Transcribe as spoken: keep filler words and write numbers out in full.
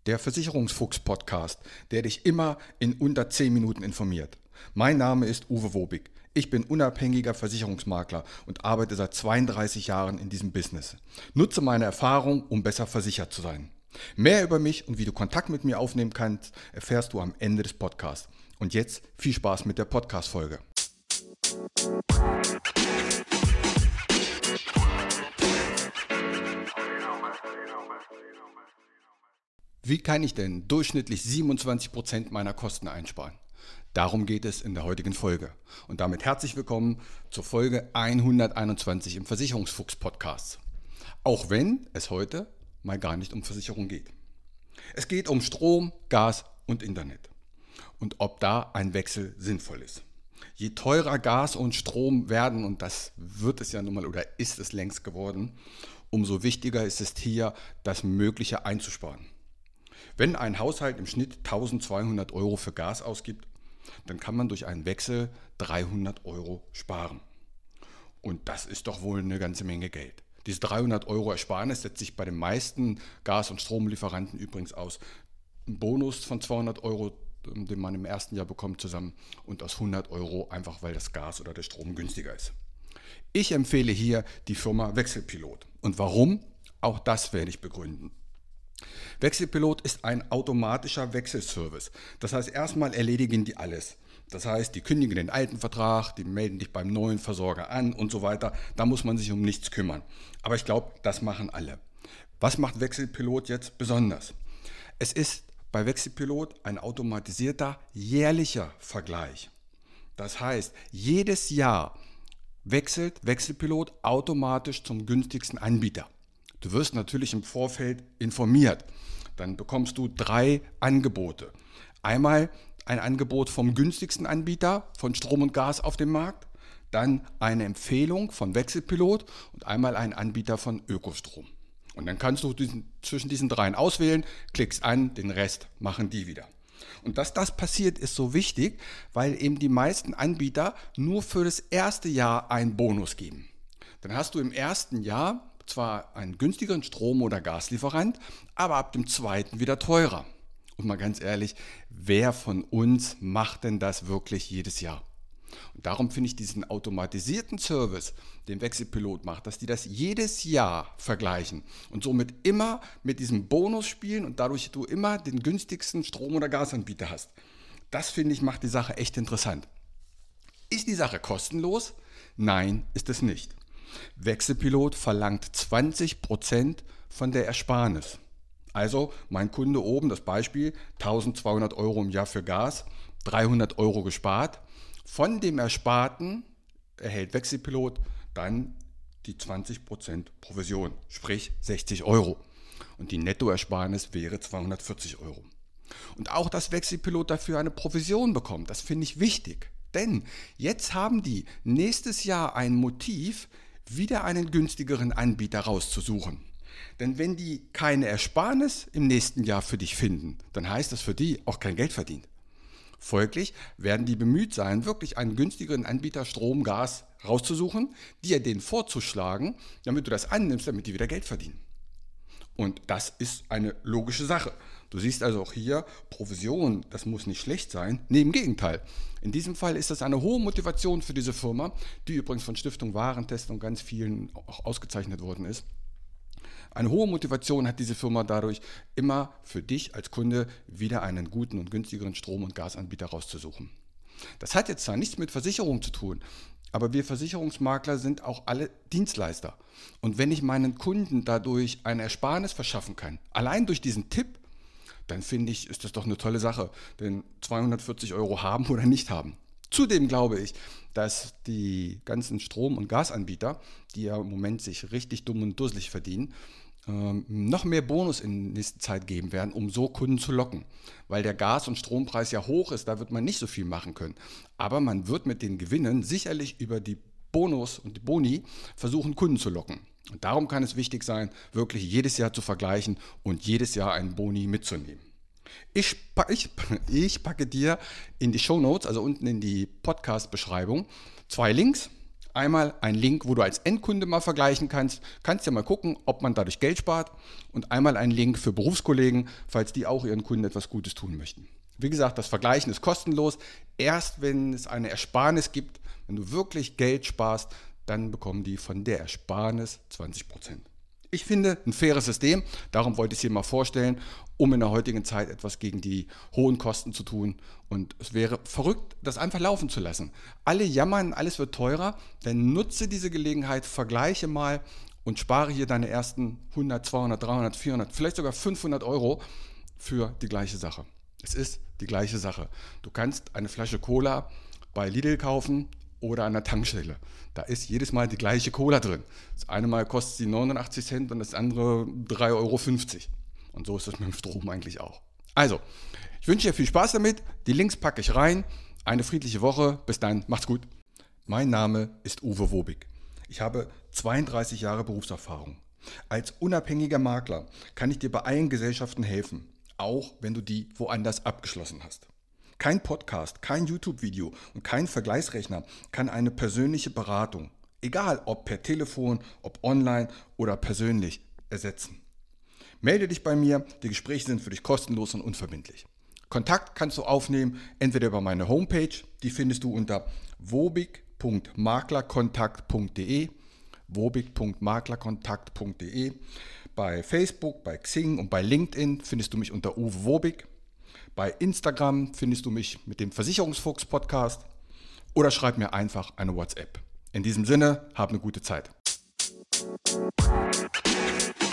Der Versicherungsfuchs-Podcast, der dich immer in unter zehn Minuten informiert. Mein Name ist Uwe Wobig. Ich bin unabhängiger Versicherungsmakler und arbeite seit zweiunddreißig Jahren in diesem Business. Nutze meine Erfahrung, um besser versichert zu sein. Mehr über mich und wie du Kontakt mit mir aufnehmen kannst, erfährst du am Ende des Podcasts. Und jetzt viel Spaß mit der Podcast-Folge. Wie kann ich denn durchschnittlich siebenundzwanzig Prozent meiner Kosten einsparen? Darum geht es in der heutigen Folge. Und damit herzlich willkommen zur Folge hunderteinundzwanzig im Versicherungsfuchs-Podcast. Auch wenn es heute mal gar nicht um Versicherung geht. Es geht um Strom, Gas und Internet. Und ob da ein Wechsel sinnvoll ist. Je teurer Gas und Strom werden, und das wird es ja nun mal oder ist es längst geworden, umso wichtiger ist es hier, das Mögliche einzusparen. Wenn ein Haushalt im Schnitt eintausendzweihundert Euro für Gas ausgibt, dann kann man durch einen Wechsel dreihundert Euro sparen. Und das ist doch wohl eine ganze Menge Geld. Diese dreihundert Euro Ersparnis setzt sich bei den meisten Gas- und Stromlieferanten übrigens aus. Ein Bonus von zweihundert Euro, den man im ersten Jahr bekommt, zusammen und aus hundert Euro, einfach weil das Gas oder der Strom günstiger ist. Ich empfehle hier die Firma Wechselpilot. Und warum? Auch das werde ich begründen. Wechselpilot ist ein automatischer Wechselservice. Das heißt, erstmal erledigen die alles. Das heißt, die kündigen den alten Vertrag, die melden dich beim neuen Versorger an und so weiter. Da muss man sich um nichts kümmern. Aber ich glaube, das machen alle. Was macht Wechselpilot jetzt besonders? Es ist bei Wechselpilot ein automatisierter jährlicher Vergleich. Das heißt, jedes Jahr wechselt Wechselpilot automatisch zum günstigsten Anbieter. Du wirst natürlich im Vorfeld informiert. Dann bekommst du drei Angebote. Einmal ein Angebot vom günstigsten Anbieter von Strom und Gas auf dem Markt, dann eine Empfehlung von Wechselpilot und einmal ein Anbieter von Ökostrom. Und dann kannst du diesen, zwischen diesen dreien auswählen, klickst an, den Rest machen die wieder. Und dass das passiert, ist so wichtig, weil eben die meisten Anbieter nur für das erste Jahr einen Bonus geben. Dann hast du im ersten Jahr zwar einen günstigeren Strom- oder Gaslieferant, aber ab dem zweiten wieder teurer. Und mal ganz ehrlich, wer von uns macht denn das wirklich jedes Jahr? Und darum finde ich diesen automatisierten Service, den Wechselpilot macht, dass die das jedes Jahr vergleichen und somit immer mit diesem Bonus spielen und dadurch du immer den günstigsten Strom- oder Gasanbieter hast. Das finde ich macht die Sache echt interessant. Ist die Sache kostenlos? Nein, ist es nicht. Wechselpilot verlangt zwanzig Prozent von der Ersparnis. Also mein Kunde oben, das Beispiel, eintausendzweihundert Euro im Jahr für Gas, dreihundert Euro gespart. Von dem Ersparten erhält Wechselpilot dann die zwanzig Prozent Provision, sprich sechzig Euro. Und die Nettoersparnis wäre zweihundertvierzig Euro. Und auch, dass Wechselpilot dafür eine Provision bekommt, das finde ich wichtig. Denn jetzt haben die nächstes Jahr ein Motiv, wieder einen günstigeren Anbieter rauszusuchen. Denn wenn die keine Ersparnis im nächsten Jahr für dich finden, dann heißt das für die auch kein Geld verdient. Folglich werden die bemüht sein, wirklich einen günstigeren Anbieter Strom, Gas rauszusuchen, dir den vorzuschlagen, damit du das annimmst, damit die wieder Geld verdienen. Und das ist eine logische Sache. Du siehst also auch hier, Provision, das muss nicht schlecht sein. Nee, im Gegenteil. In diesem Fall ist das eine hohe Motivation für diese Firma, die übrigens von Stiftung Warentest und ganz vielen auch ausgezeichnet worden ist. Eine hohe Motivation hat diese Firma dadurch, immer für dich als Kunde wieder einen guten und günstigeren Strom- und Gasanbieter rauszusuchen. Das hat jetzt zwar nichts mit Versicherung zu tun, aber wir Versicherungsmakler sind auch alle Dienstleister. Und wenn ich meinen Kunden dadurch eine Ersparnis verschaffen kann, allein durch diesen Tipp, dann finde ich, ist das doch eine tolle Sache, denn zweihundertvierzig Euro haben oder nicht haben. Zudem glaube ich, dass die ganzen Strom- und Gasanbieter, die ja im Moment sich richtig dumm und dusselig verdienen, ähm, noch mehr Bonus in nächster Zeit geben werden, um so Kunden zu locken. Weil der Gas- und Strompreis ja hoch ist, da wird man nicht so viel machen können. Aber man wird mit den Gewinnen sicherlich über die Bonus und die Boni versuchen, Kunden zu locken. Und darum kann es wichtig sein, wirklich jedes Jahr zu vergleichen und jedes Jahr einen Boni mitzunehmen. Ich, ich, ich packe dir in die Shownotes, also unten in die Podcast-Beschreibung, zwei Links. Einmal ein Link, wo du als Endkunde mal vergleichen kannst, kannst ja mal gucken, ob man dadurch Geld spart, und einmal ein Link für Berufskollegen, falls die auch ihren Kunden etwas Gutes tun möchten. Wie gesagt, das Vergleichen ist kostenlos. Erst wenn es eine Ersparnis gibt, wenn du wirklich Geld sparst, dann bekommen die von der Ersparnis zwanzig Prozent. Ich finde, ein faires System, darum wollte ich es hier mal vorstellen, um in der heutigen Zeit etwas gegen die hohen Kosten zu tun. Und es wäre verrückt, das einfach laufen zu lassen. Alle jammern, alles wird teurer, dann nutze diese Gelegenheit, vergleiche mal und spare hier deine ersten hundert, zweihundert, dreihundert, vierhundert, vielleicht sogar fünfhundert Euro für die gleiche Sache. Es ist die gleiche Sache. Du kannst eine Flasche Cola bei Lidl kaufen oder an der Tankstelle. Da ist jedes Mal die gleiche Cola drin. Das eine Mal kostet sie neunundachtzig Cent und das andere drei Euro fünfzig. Und so ist das mit dem Strom eigentlich auch. Also, ich wünsche dir viel Spaß damit. Die Links packe ich rein. Eine friedliche Woche. Bis dann. Macht's gut. Mein Name ist Uwe Wobig. Ich habe zweiunddreißig Jahre Berufserfahrung. Als unabhängiger Makler kann ich dir bei allen Gesellschaften helfen, auch wenn du die woanders abgeschlossen hast. Kein Podcast, kein YouTube-Video und kein Vergleichsrechner kann eine persönliche Beratung, egal ob per Telefon, ob online oder persönlich, ersetzen. Melde dich bei mir, die Gespräche sind für dich kostenlos und unverbindlich. Kontakt kannst du aufnehmen, entweder über meine Homepage, die findest du unter wobig punkt maklerkontakt punkt de, wobig punkt maklerkontakt punkt de. Bei Facebook, bei Xing und bei LinkedIn findest du mich unter Uwe Wobig. Bei Instagram findest du mich mit dem Versicherungsfuchs-Podcast oder schreib mir einfach eine WhatsApp. In diesem Sinne, hab eine gute Zeit.